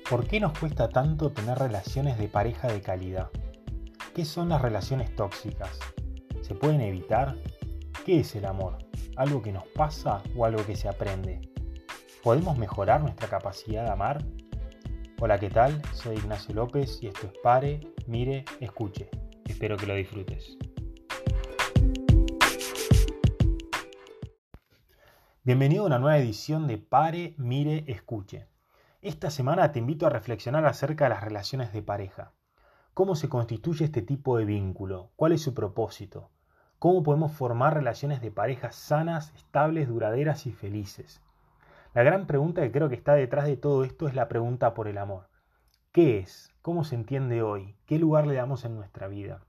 ¿Por qué nos cuesta tanto tener relaciones de pareja de calidad? ¿Qué son las relaciones tóxicas? ¿Se pueden evitar? ¿Qué es el amor? ¿Algo que nos pasa o algo que se aprende? ¿Podemos mejorar nuestra capacidad de amar? Hola, ¿qué tal? Soy Ignacio López y esto es Pare, Mire, Escuche. Espero que lo disfrutes. Bienvenido a una nueva edición de Pare, Mire, Escuche. Esta semana te invito a reflexionar acerca de las relaciones de pareja. ¿Cómo se constituye este tipo de vínculo? ¿Cuál es su propósito? ¿Cómo podemos formar relaciones de pareja sanas, estables, duraderas y felices? La gran pregunta que creo que está detrás de todo esto es la pregunta por el amor. ¿Qué es? ¿Cómo se entiende hoy? ¿Qué lugar le damos en nuestra vida?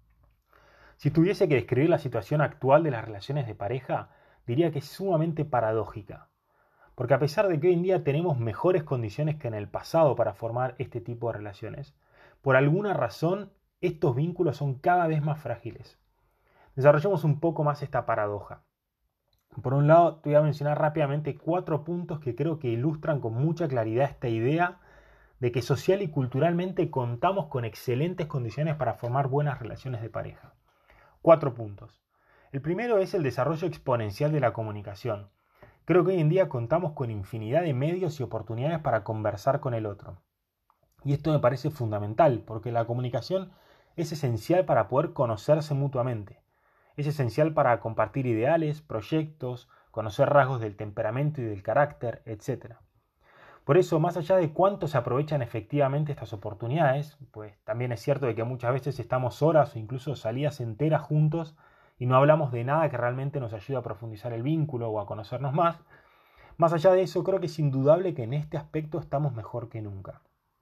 Si tuviese que describir la situación actual de las relaciones de pareja, diría que es sumamente paradójica. Porque a pesar de que hoy en día tenemos mejores condiciones que en el pasado para formar este tipo de relaciones, por alguna razón estos vínculos son cada vez más frágiles. Desarrollemos un poco más esta paradoja. Por un lado, te voy a mencionar rápidamente 4 puntos que creo que ilustran con mucha claridad esta idea de que social y culturalmente contamos con excelentes condiciones para formar buenas relaciones de pareja. 4 puntos. El primero es el desarrollo exponencial de la comunicación. Creo que hoy en día contamos con infinidad de medios y oportunidades para conversar con el otro. Y esto me parece fundamental, porque la comunicación es esencial para poder conocerse mutuamente. Es esencial para compartir ideales, proyectos, conocer rasgos del temperamento y del carácter, etc. Por eso, más allá de cuánto se aprovechan efectivamente estas oportunidades, pues también es cierto de que muchas veces estamos horas o incluso salidas enteras juntos y no hablamos de nada que realmente nos ayude a profundizar el vínculo o a conocernos más. Más allá de eso, creo que es indudable que en este aspecto estamos mejor que nunca.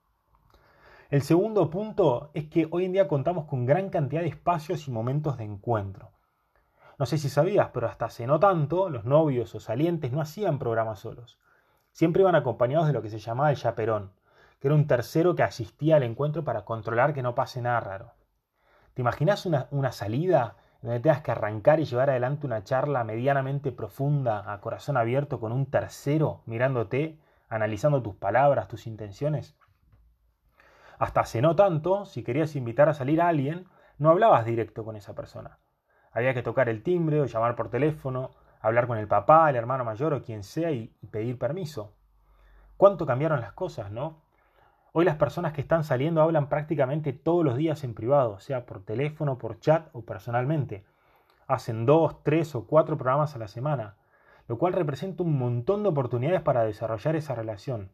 El segundo punto es que hoy en día contamos con gran cantidad de espacios y momentos de encuentro. No sé si sabías, pero hasta hace no tanto, los novios o salientes no hacían programas solos. Siempre iban acompañados de lo que se llamaba el chaperón, que era un tercero que asistía al encuentro para controlar que no pase nada raro. ¿Te imaginas una salida donde tengas que arrancar y llevar adelante una charla medianamente profunda, a corazón abierto, con un tercero mirándote, analizando tus palabras, tus intenciones? Hasta hace no tanto, si querías invitar a salir a alguien, no hablabas directo con esa persona. Había que tocar el timbre o llamar por teléfono, hablar con el papá, el hermano mayor o quien sea y pedir permiso. ¿Cuánto cambiaron las cosas, no? Hoy las personas que están saliendo hablan prácticamente todos los días en privado, sea por teléfono, por chat o personalmente. Hacen 2, 3 o 4 programas a la semana, lo cual representa un montón de oportunidades para desarrollar esa relación.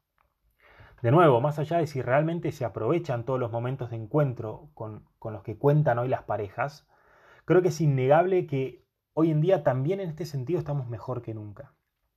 De nuevo, más allá de si realmente se aprovechan todos los momentos de encuentro con los que cuentan hoy las parejas, creo que es innegable que hoy en día también en este sentido estamos mejor que nunca.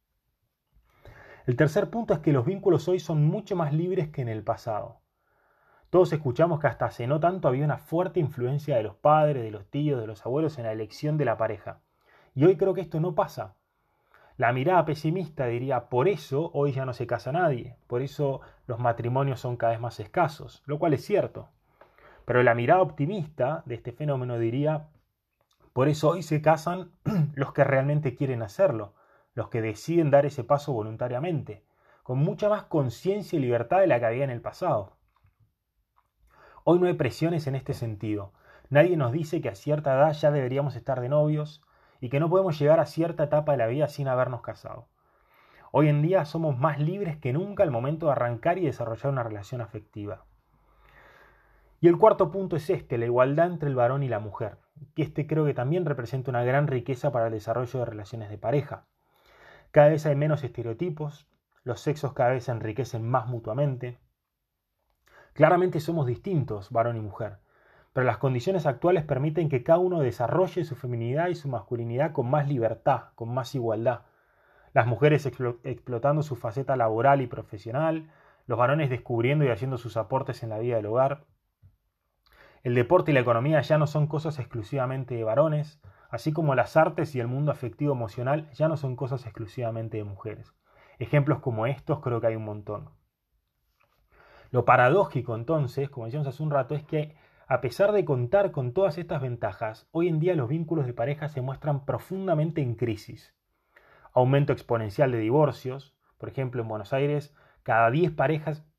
El tercer punto es que los vínculos hoy son mucho más libres que en el pasado. Todos escuchamos que hasta hace no tanto había una fuerte influencia de los padres, de los tíos, de los abuelos en la elección de la pareja. Y hoy creo que esto no pasa. La mirada pesimista diría, por eso hoy ya no se casa nadie, por eso los matrimonios son cada vez más escasos, lo cual es cierto. Pero la mirada optimista de este fenómeno diría, por eso hoy se casan los que realmente quieren hacerlo, los que deciden dar ese paso voluntariamente, con mucha más conciencia y libertad de la que había en el pasado. Hoy no hay presiones en este sentido. Nadie nos dice que a cierta edad ya deberíamos estar de novios y que no podemos llegar a cierta etapa de la vida sin habernos casado. Hoy en día somos más libres que nunca al momento de arrancar y desarrollar una relación afectiva. Y el cuarto punto es la igualdad entre el varón y la mujer, que creo que también representa una gran riqueza para el desarrollo de relaciones de pareja. Cada vez hay menos estereotipos, los sexos cada vez se enriquecen más mutuamente. Claramente somos distintos, varón y mujer, pero las condiciones actuales permiten que cada uno desarrolle su feminidad y su masculinidad con más libertad, con más igualdad. Las mujeres explotando su faceta laboral y profesional, los varones descubriendo y haciendo sus aportes en la vida del hogar. El deporte y la economía ya no son cosas exclusivamente de varones, así como las artes y el mundo afectivo emocional ya no son cosas exclusivamente de mujeres. Ejemplos como estos creo que hay un montón. Lo paradójico entonces, como decíamos hace un rato, es que a pesar de contar con todas estas ventajas, hoy en día los vínculos de pareja se muestran profundamente en crisis. Aumento exponencial de divorcios, por ejemplo en Buenos Aires, cada 10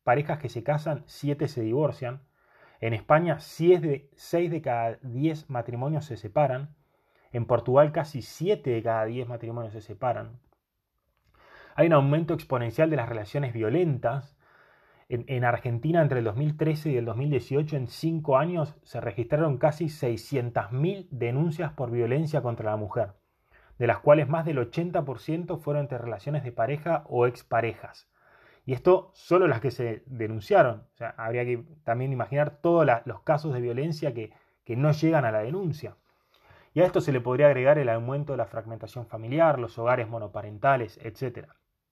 parejas que se casan, 7 se divorcian. En España, 6 de cada 10 matrimonios se separan. En Portugal, casi 7 de cada 10 matrimonios se separan. Hay un aumento exponencial de las relaciones violentas. En Argentina, entre el 2013 y el 2018, en 5 años, se registraron casi 600.000 denuncias por violencia contra la mujer, de las cuales más del 80% fueron entre relaciones de pareja o exparejas. Y esto solo las que se denunciaron. O sea, habría que también imaginar todos los casos de violencia que no llegan a la denuncia. Y a esto se le podría agregar el aumento de la fragmentación familiar, los hogares monoparentales, etc.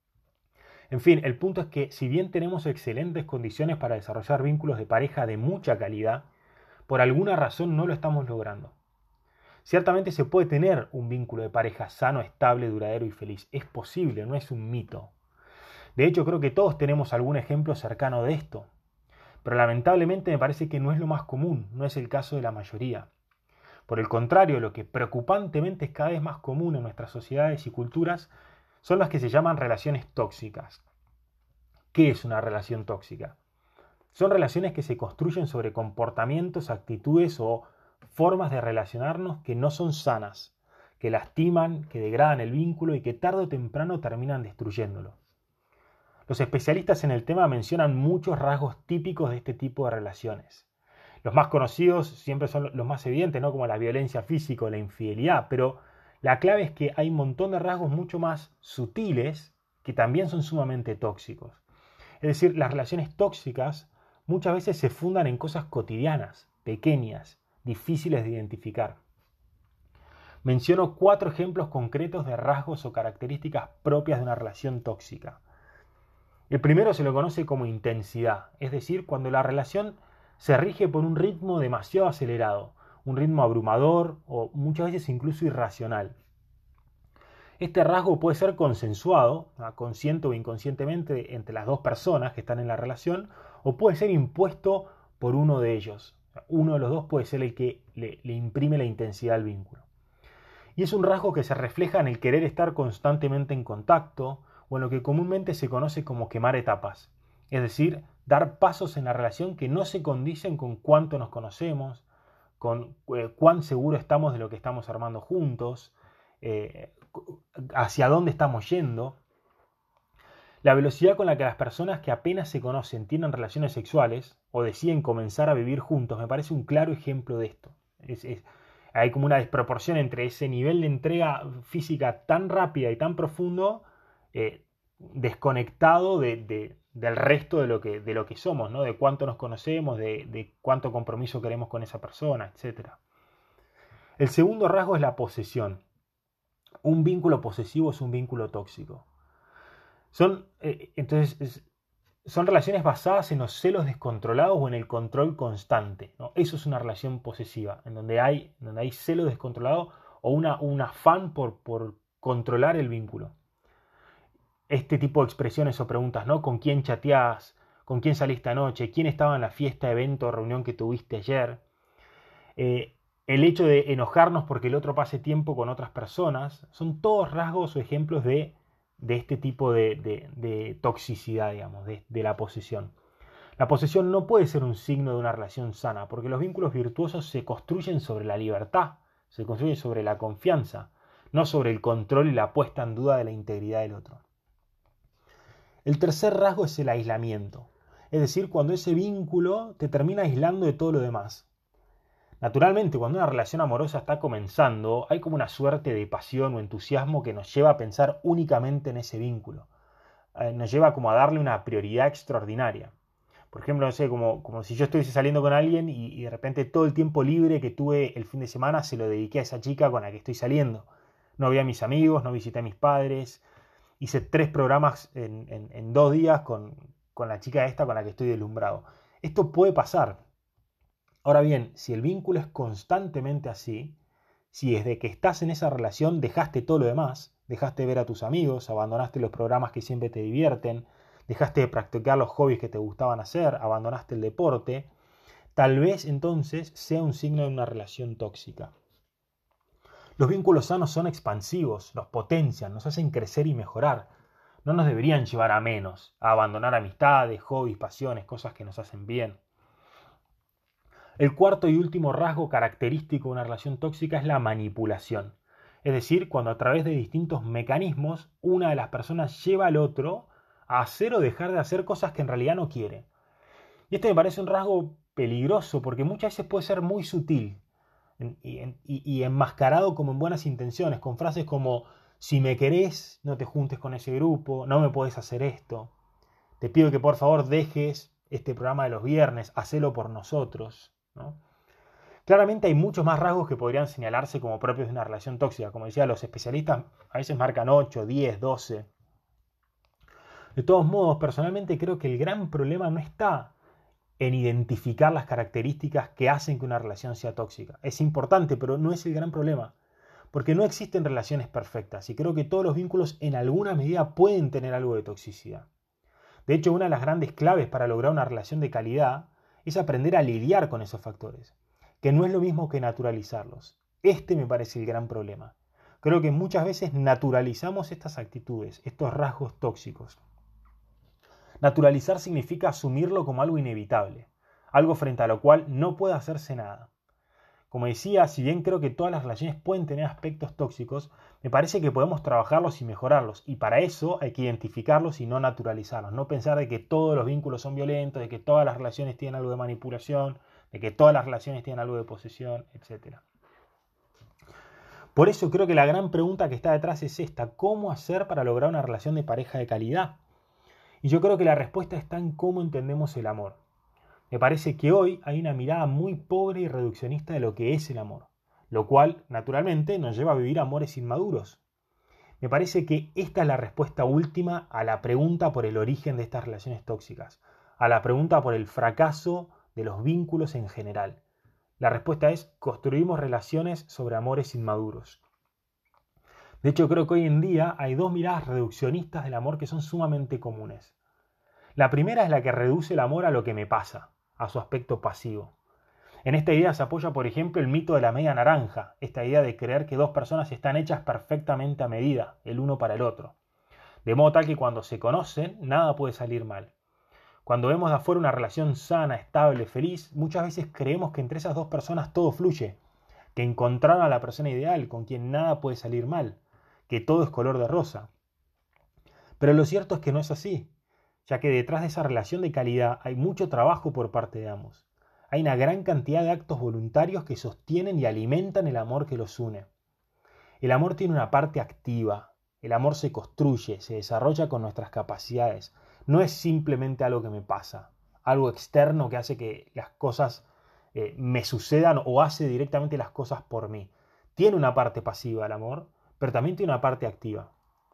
En fin, el punto es que si bien tenemos excelentes condiciones para desarrollar vínculos de pareja de mucha calidad, por alguna razón no lo estamos logrando. Ciertamente se puede tener un vínculo de pareja sano, estable, duradero y feliz. Es posible, no es un mito. De hecho, creo que todos tenemos algún ejemplo cercano de esto. Pero lamentablemente me parece que no es lo más común, no es el caso de la mayoría. Por el contrario, lo que preocupantemente es cada vez más común en nuestras sociedades y culturas son las que se llaman relaciones tóxicas. ¿Qué es una relación tóxica? Son relaciones que se construyen sobre comportamientos, actitudes o formas de relacionarnos que no son sanas, que lastiman, que degradan el vínculo y que tarde o temprano terminan destruyéndolo. Los especialistas en el tema mencionan muchos rasgos típicos de este tipo de relaciones. Los más conocidos siempre son los más evidentes, ¿no? Como la violencia física o la infidelidad, pero la clave es que hay un montón de rasgos mucho más sutiles que también son sumamente tóxicos. Es decir, las relaciones tóxicas muchas veces se fundan en cosas cotidianas, pequeñas, difíciles de identificar. Menciono 4 ejemplos concretos de rasgos o características propias de una relación tóxica. El primero se lo conoce como intensidad, es decir, cuando la relación se rige por un ritmo demasiado acelerado, un ritmo abrumador o muchas veces incluso irracional. Este rasgo puede ser consensuado, consciente o inconscientemente, entre las dos personas que están en la relación, o puede ser impuesto por uno de ellos. Uno de los dos puede ser el que le imprime la intensidad al vínculo. Y es un rasgo que se refleja en el querer estar constantemente en contacto, o en lo que comúnmente se conoce como quemar etapas. Es decir, dar pasos en la relación que no se condicen con cuánto nos conocemos, con cuán seguro estamos de lo que estamos armando juntos, hacia dónde estamos yendo. La velocidad con la que las personas que apenas se conocen tienen relaciones sexuales o deciden comenzar a vivir juntos me parece un claro ejemplo de esto. Hay como una desproporción entre ese nivel de entrega física tan rápida y tan profundo, desconectado del resto de lo que somos, ¿no? De cuánto nos conocemos, de cuánto compromiso queremos con esa persona, etc. El segundo rasgo es la posesión. Un vínculo posesivo es un vínculo tóxico. Son relaciones basadas en los celos descontrolados o en el control constante, ¿no? Eso es una relación posesiva, en donde hay celo descontrolado o un afán por controlar el vínculo. Este tipo de expresiones o preguntas, ¿no? ¿Con quién chateás? ¿Con quién saliste anoche? ¿Quién estaba en la fiesta, evento o reunión que tuviste ayer? El hecho de enojarnos porque el otro pase tiempo con otras personas, son todos rasgos o ejemplos de este tipo de toxicidad, digamos, de la posesión. La posesión no puede ser un signo de una relación sana, porque los vínculos virtuosos se construyen sobre la libertad, se construyen sobre la confianza, no sobre el control y la puesta en duda de la integridad del otro. El tercer rasgo es el aislamiento, es decir, cuando ese vínculo te termina aislando de todo lo demás. Naturalmente, cuando una relación amorosa está comenzando, hay como una suerte de pasión o entusiasmo que nos lleva a pensar únicamente en ese vínculo. Nos lleva como a darle una prioridad extraordinaria. Por ejemplo, no sé, como si yo estuviese saliendo con alguien y de repente todo el tiempo libre que tuve el fin de semana se lo dediqué a esa chica con la que estoy saliendo. No vi a mis amigos, no visité a mis padres. Hice 3 programas en 2 días con la chica esta con la que estoy deslumbrado. Esto puede pasar. Ahora bien, si el vínculo es constantemente así, si desde que estás en esa relación dejaste todo lo demás, dejaste de ver a tus amigos, abandonaste los programas que siempre te divierten, dejaste de practicar los hobbies que te gustaban hacer, abandonaste el deporte, tal vez entonces sea un signo de una relación tóxica. Los vínculos sanos son expansivos, nos potencian, nos hacen crecer y mejorar. no nos deberían llevar a menos, a abandonar amistades, hobbies, pasiones, cosas que nos hacen bien. El cuarto y último rasgo característico de una relación tóxica es la manipulación. Es decir, cuando a través de distintos mecanismos una de las personas lleva al otro a hacer o dejar de hacer cosas que en realidad no quiere. Y este me parece un rasgo peligroso porque muchas veces puede ser muy sutil y enmascarado como en buenas intenciones, con frases como si me querés, no te juntes con ese grupo, no me podés hacer esto, te pido que por favor dejes este programa de los viernes, hacelo por nosotros, ¿no? Claramente hay muchos más rasgos que podrían señalarse como propios de una relación tóxica. Como decía, los especialistas a veces marcan 8, 10, 12. De todos modos, personalmente creo que el gran problema no está en identificar las características que hacen que una relación sea tóxica. Es importante, pero no es el gran problema. Porque no existen relaciones perfectas y creo que todos los vínculos en alguna medida pueden tener algo de toxicidad. De hecho, una de las grandes claves para lograr una relación de calidad es aprender a lidiar con esos factores, que no es lo mismo que naturalizarlos. Este me parece el gran problema. Creo que muchas veces naturalizamos estas actitudes, estos rasgos tóxicos. Naturalizar significa asumirlo como algo inevitable, algo frente a lo cual no puede hacerse nada. Como decía, si bien creo que todas las relaciones pueden tener aspectos tóxicos, me parece que podemos trabajarlos y mejorarlos, y para eso hay que identificarlos y no naturalizarlos, no pensar de que todos los vínculos son violentos, de que todas las relaciones tienen algo de manipulación, de que todas las relaciones tienen algo de posesión, etc. Por eso creo que la gran pregunta que está detrás es esta: ¿cómo hacer para lograr una relación de pareja de calidad? Y yo creo que la respuesta está en cómo entendemos el amor. Me parece que hoy hay una mirada muy pobre y reduccionista de lo que es el amor, lo cual, naturalmente, nos lleva a vivir amores inmaduros. Me parece que esta es la respuesta última a la pregunta por el origen de estas relaciones tóxicas, a la pregunta por el fracaso de los vínculos en general. La respuesta es: construimos relaciones sobre amores inmaduros. De hecho, creo que hoy en día hay dos miradas reduccionistas del amor que son sumamente comunes. La primera es la que reduce el amor a lo que me pasa, a su aspecto pasivo. En esta idea se apoya, por ejemplo, el mito de la media naranja, esta idea de creer que dos personas están hechas perfectamente a medida, el uno para el otro. De modo tal que cuando se conocen, nada puede salir mal. Cuando vemos de afuera una relación sana, estable, feliz, muchas veces creemos que entre esas dos personas todo fluye, que encontraron a la persona ideal, con quien nada puede salir mal, que todo es color de rosa. Pero lo cierto es que no es así, ya que detrás de esa relación de calidad hay mucho trabajo por parte de ambos. Hay una gran cantidad de actos voluntarios que sostienen y alimentan el amor que los une. El amor tiene una parte activa. El amor se construye, se desarrolla con nuestras capacidades. No es simplemente algo que me pasa, algo externo que hace que las cosas me sucedan o hace directamente las cosas por mí. Tiene una parte pasiva el amor, pero también tiene una parte activa.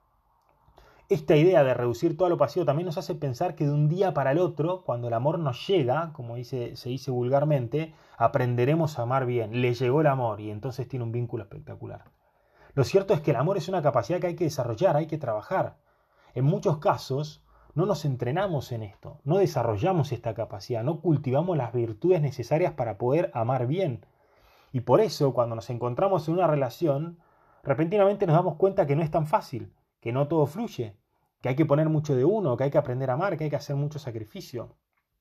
Esta idea de reducir todo a lo pasivo también nos hace pensar que de un día para el otro, cuando el amor nos llega, como se dice vulgarmente, aprenderemos a amar bien. Le llegó el amor y entonces tiene un vínculo espectacular. Lo cierto es que el amor es una capacidad que hay que desarrollar, hay que trabajar. En muchos casos no nos entrenamos en esto, no desarrollamos esta capacidad, no cultivamos las virtudes necesarias para poder amar bien. Y por eso, cuando nos encontramos en una relación, repentinamente nos damos cuenta que no es tan fácil, que no todo fluye, que hay que poner mucho de uno, que hay que aprender a amar, que hay que hacer mucho sacrificio.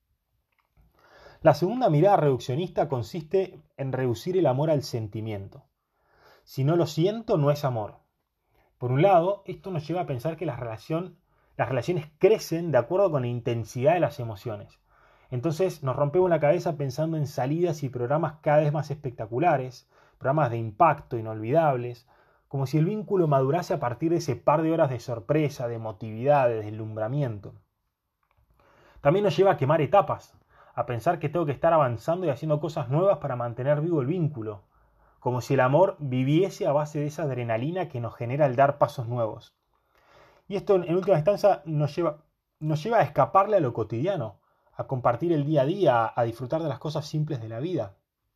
La segunda mirada reduccionista consiste en reducir el amor al sentimiento. Si no lo siento, no es amor. Por un lado, esto nos lleva a pensar que las relaciones crecen de acuerdo con la intensidad de las emociones. Entonces nos rompemos la cabeza pensando en salidas y programas cada vez más espectaculares, programas de impacto inolvidables, como si el vínculo madurase a partir de ese par de horas de sorpresa, de emotividad, de deslumbramiento. También nos lleva a quemar etapas, a pensar que tengo que estar avanzando y haciendo cosas nuevas para mantener vivo el vínculo, como si el amor viviese a base de esa adrenalina que nos genera el dar pasos nuevos. Y esto en última instancia nos lleva a escaparle a lo cotidiano, a compartir el día a día, a disfrutar de las cosas simples de la vida.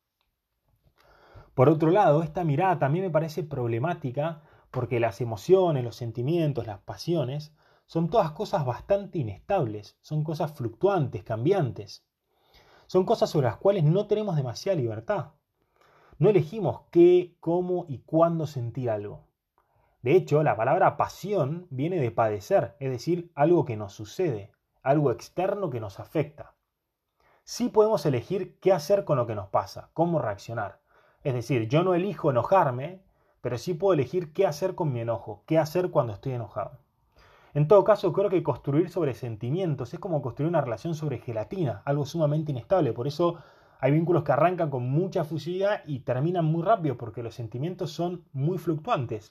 Por otro lado, esta mirada también me parece problemática porque las emociones, los sentimientos, las pasiones son todas cosas bastante inestables, son cosas fluctuantes, cambiantes. Son cosas sobre las cuales no tenemos demasiada libertad. No elegimos qué, cómo y cuándo sentir algo. De hecho, la palabra pasión viene de padecer, es decir, algo que nos sucede, algo externo que nos afecta. Sí podemos elegir qué hacer con lo que nos pasa, cómo reaccionar. Es decir, yo no elijo enojarme, pero sí puedo elegir qué hacer con mi enojo, qué hacer cuando estoy enojado. En todo caso, creo que construir sobre sentimientos es como construir una relación sobre gelatina, algo sumamente inestable. Por eso hay vínculos que arrancan con mucha fusividad y terminan muy rápido, porque los sentimientos son muy fluctuantes.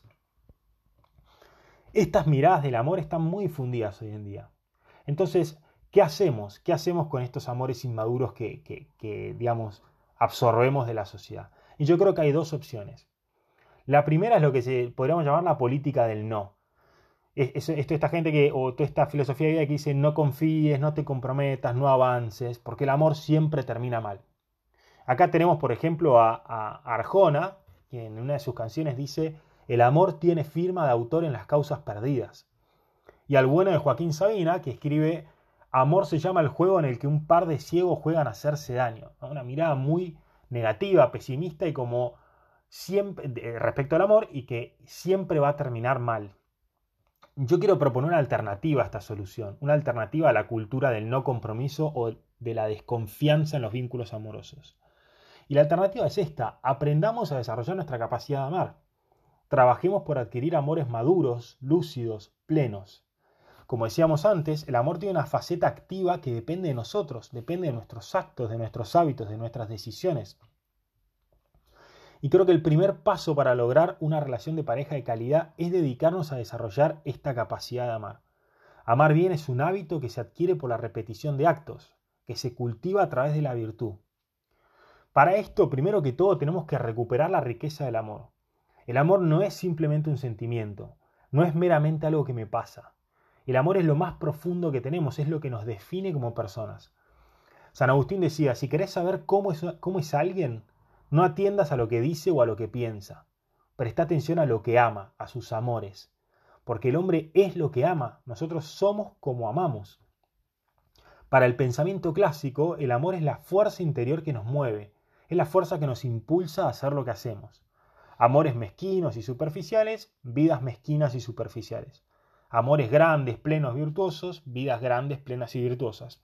Estas miradas del amor están muy difundidas hoy en día. Entonces, ¿qué hacemos? ¿Qué hacemos con estos amores inmaduros que digamos, absorbemos de la sociedad? Y yo creo que hay dos opciones. La primera es lo que podríamos llamar la política del no. Esta gente o toda esta filosofía de vida que dice no confíes, no te comprometas, no avances, porque el amor siempre termina mal. Acá tenemos, por ejemplo, a Arjona, que en una de sus canciones dice: el amor tiene firma de autor en las causas perdidas. Y al bueno de Joaquín Sabina, que escribe: amor se llama el juego en el que un par de ciegos juegan a hacerse daño. Una mirada muy negativa, pesimista y como siempre respecto al amor, y que siempre va a terminar mal. Yo quiero proponer una alternativa a esta solución, una alternativa a la cultura del no compromiso o de la desconfianza en los vínculos amorosos. Y la alternativa es esta: aprendamos a desarrollar nuestra capacidad de amar. Trabajemos por adquirir amores maduros, lúcidos, plenos. Como decíamos antes, el amor tiene una faceta activa que depende de nosotros, depende de nuestros actos, de nuestros hábitos, de nuestras decisiones. Y creo que el primer paso para lograr una relación de pareja de calidad es dedicarnos a desarrollar esta capacidad de amar. Amar bien es un hábito que se adquiere por la repetición de actos, que se cultiva a través de la virtud. Para esto, primero que todo, tenemos que recuperar la riqueza del amor. El amor no es simplemente un sentimiento, no es meramente algo que me pasa. El amor es lo más profundo que tenemos, es lo que nos define como personas. San Agustín decía: si querés saber cómo es alguien, no atiendas a lo que dice o a lo que piensa. Presta atención a lo que ama, a sus amores. Porque el hombre es lo que ama, nosotros somos como amamos. Para el pensamiento clásico, el amor es la fuerza interior que nos mueve, es la fuerza que nos impulsa a hacer lo que hacemos. Amores mezquinos y superficiales, vidas mezquinas y superficiales. Amores grandes, plenos, virtuosos, vidas grandes, plenas y virtuosas.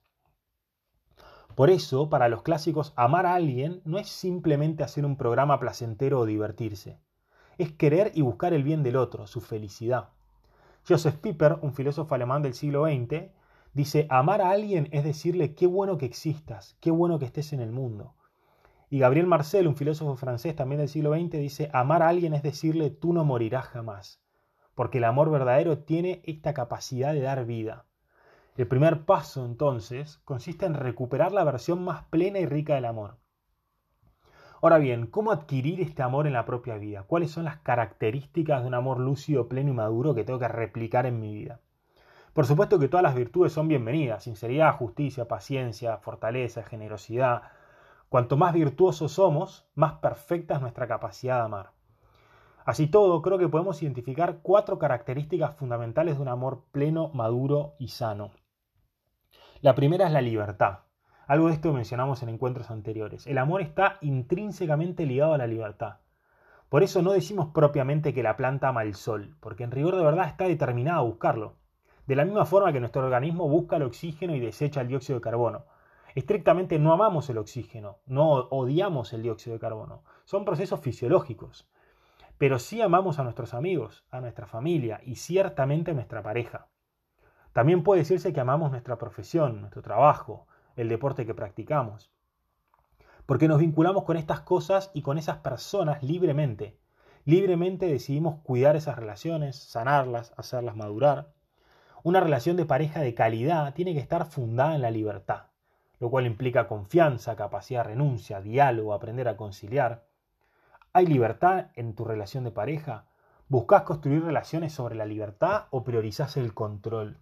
Por eso, para los clásicos, amar a alguien no es simplemente hacer un programa placentero o divertirse. Es querer y buscar el bien del otro, su felicidad. Joseph Pieper, un filósofo alemán del siglo XX, dice: amar a alguien es decirle qué bueno que existas, qué bueno que estés en el mundo. Y Gabriel Marcel, un filósofo francés también del siglo XX, dice: amar a alguien es decirle tú no morirás jamás, porque el amor verdadero tiene esta capacidad de dar vida. El primer paso, entonces, consiste en recuperar la versión más plena y rica del amor. Ahora bien, ¿cómo adquirir este amor en la propia vida? ¿Cuáles son las características de un amor lúcido, pleno y maduro que tengo que replicar en mi vida? Por supuesto que todas las virtudes son bienvenidas: sinceridad, justicia, paciencia, fortaleza, generosidad. Cuanto más virtuosos somos, más perfecta es nuestra capacidad de amar. Así todo, creo que podemos identificar 4 características fundamentales de un amor pleno, maduro y sano. La primera es la libertad. Algo de esto mencionamos en encuentros anteriores. El amor está intrínsecamente ligado a la libertad. Por eso no decimos propiamente que la planta ama el sol, porque en rigor de verdad está determinada a buscarlo. De la misma forma que nuestro organismo busca el oxígeno y desecha el dióxido de carbono. Estrictamente no amamos el oxígeno, no odiamos el dióxido de carbono. Son procesos fisiológicos. Pero sí amamos a nuestros amigos, a nuestra familia y ciertamente a nuestra pareja. También puede decirse que amamos nuestra profesión, nuestro trabajo, el deporte que practicamos. Porque nos vinculamos con estas cosas y con esas personas libremente. Libremente decidimos cuidar esas relaciones, sanarlas, hacerlas madurar. Una relación de pareja de calidad tiene que estar fundada en la libertad, lo cual implica confianza, capacidad de renuncia, diálogo, aprender a conciliar. ¿Hay libertad en tu relación de pareja? ¿Buscas construir relaciones sobre la libertad o priorizás el control?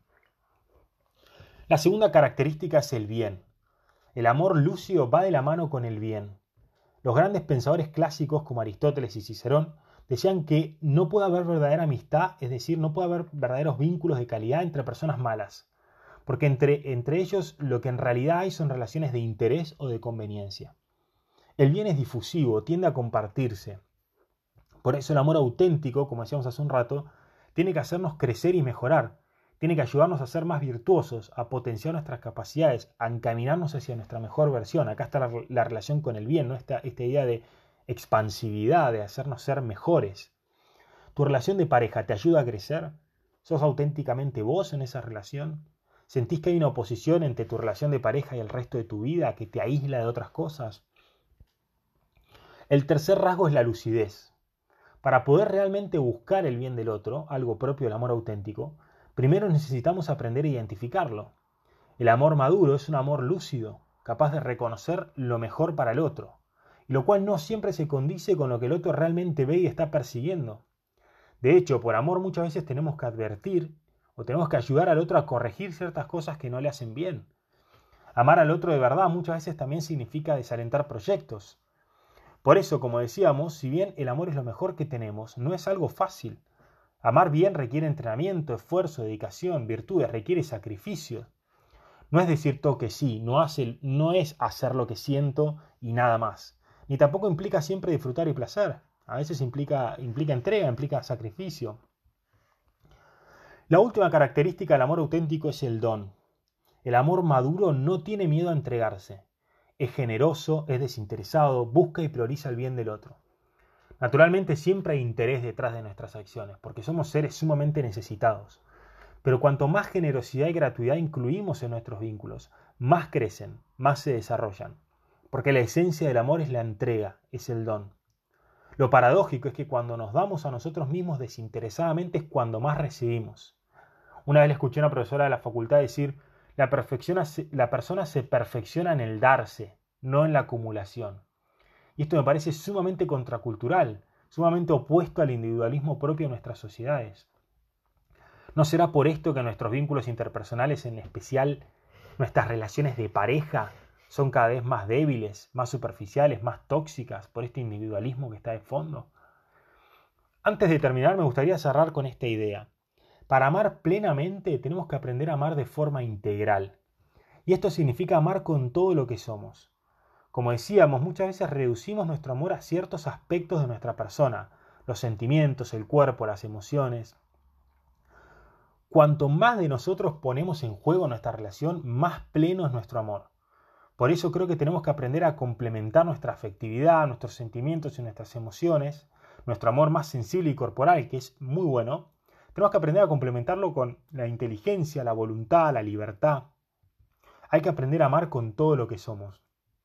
La segunda característica es el bien. El amor lúcido va de la mano con el bien. Los grandes pensadores clásicos como Aristóteles y Cicerón decían que no puede haber verdadera amistad, es decir, no puede haber verdaderos vínculos de calidad entre personas malas, porque entre ellos lo que en realidad hay son relaciones de interés o de conveniencia. El bien es difusivo, tiende a compartirse. Por eso el amor auténtico, como decíamos hace un rato, tiene que hacernos crecer y mejorar, tiene que ayudarnos a ser más virtuosos, a potenciar nuestras capacidades, a encaminarnos hacia nuestra mejor versión. Acá está la relación con el bien, ¿no? Esta idea de expansividad, de hacernos ser mejores. ¿Tu relación de pareja te ayuda a crecer? ¿Sos auténticamente vos en esa relación? ¿Sentís que hay una oposición entre tu relación de pareja y el resto de tu vida que te aísla de otras cosas? El tercer rasgo es la lucidez. Para poder realmente buscar el bien del otro, algo propio del amor auténtico, primero necesitamos aprender a identificarlo. El amor maduro es un amor lúcido, capaz de reconocer lo mejor para el otro, y lo cual no siempre se condice con lo que el otro realmente ve y está persiguiendo. De hecho, por amor muchas veces tenemos que advertir o tenemos que ayudar al otro a corregir ciertas cosas que no le hacen bien. Amar al otro de verdad muchas veces también significa desalentar proyectos. Por eso, como decíamos, si bien el amor es lo mejor que tenemos, no es algo fácil. Amar bien requiere entrenamiento, esfuerzo, dedicación, virtudes, requiere sacrificio. No es decir todo que sí, no es hacer lo que siento y nada más. Ni tampoco implica siempre disfrutar y placer. A veces implica entrega, implica sacrificio. La última característica del amor auténtico es el don. El amor maduro no tiene miedo a entregarse. Es generoso, es desinteresado, busca y prioriza el bien del otro. Naturalmente siempre hay interés detrás de nuestras acciones, porque somos seres sumamente necesitados. Pero cuanto más generosidad y gratuidad incluimos en nuestros vínculos, más crecen, más se desarrollan. Porque la esencia del amor es la entrega, es el don. Lo paradójico es que cuando nos damos a nosotros mismos desinteresadamente es cuando más recibimos. Una vez le escuché a una profesora de la facultad decir, la persona se perfecciona en el darse, no en la acumulación. Y esto me parece sumamente contracultural, sumamente opuesto al individualismo propio de nuestras sociedades. ¿No será por esto que nuestros vínculos interpersonales, en especial nuestras relaciones de pareja, son cada vez más débiles, más superficiales, más tóxicas por este individualismo que está de fondo? Antes de terminar, me gustaría cerrar con esta idea. Para amar plenamente tenemos que aprender a amar de forma integral. Y esto significa amar con todo lo que somos. Como decíamos, muchas veces reducimos nuestro amor a ciertos aspectos de nuestra persona, los sentimientos, el cuerpo, las emociones. Cuanto más de nosotros ponemos en juego nuestra relación, más pleno es nuestro amor. Por eso creo que tenemos que aprender a complementar nuestra afectividad, nuestros sentimientos y nuestras emociones, nuestro amor más sensible y corporal, que es muy bueno. Tenemos que aprender a complementarlo con la inteligencia, la voluntad, la libertad. Hay que aprender a amar con todo lo que somos.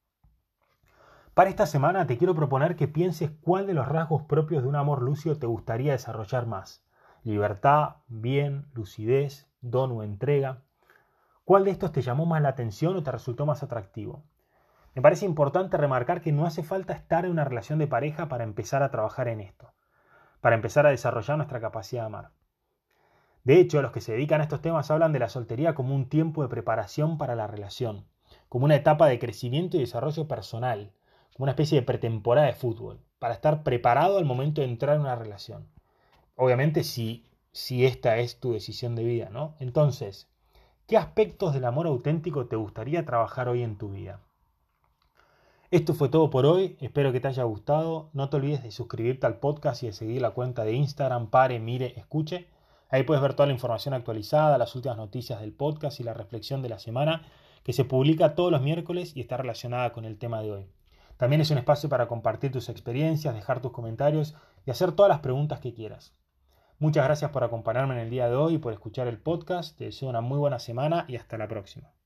Para esta semana te quiero proponer que pienses cuál de los rasgos propios de un amor lúcido te gustaría desarrollar más. Libertad, bien, lucidez, don o entrega. ¿Cuál de estos te llamó más la atención o te resultó más atractivo? Me parece importante remarcar que no hace falta estar en una relación de pareja para empezar a trabajar en esto, para empezar a desarrollar nuestra capacidad de amar. De hecho, los que se dedican a estos temas hablan de la soltería como un tiempo de preparación para la relación, como una etapa de crecimiento y desarrollo personal, como una especie de pretemporada de fútbol, para estar preparado al momento de entrar en una relación. Obviamente si esta es tu decisión de vida, ¿no? Entonces, ¿qué aspectos del amor auténtico te gustaría trabajar hoy en tu vida? Esto fue todo por hoy, espero que te haya gustado. No te olvides de suscribirte al podcast y de seguir la cuenta de Instagram Pare, Mire, Escuche. Ahí puedes ver toda la información actualizada, las últimas noticias del podcast y la reflexión de la semana, que se publica todos los miércoles y está relacionada con el tema de hoy. También es un espacio para compartir tus experiencias, dejar tus comentarios y hacer todas las preguntas que quieras. Muchas gracias por acompañarme en el día de hoy y por escuchar el podcast. Te deseo una muy buena semana y hasta la próxima.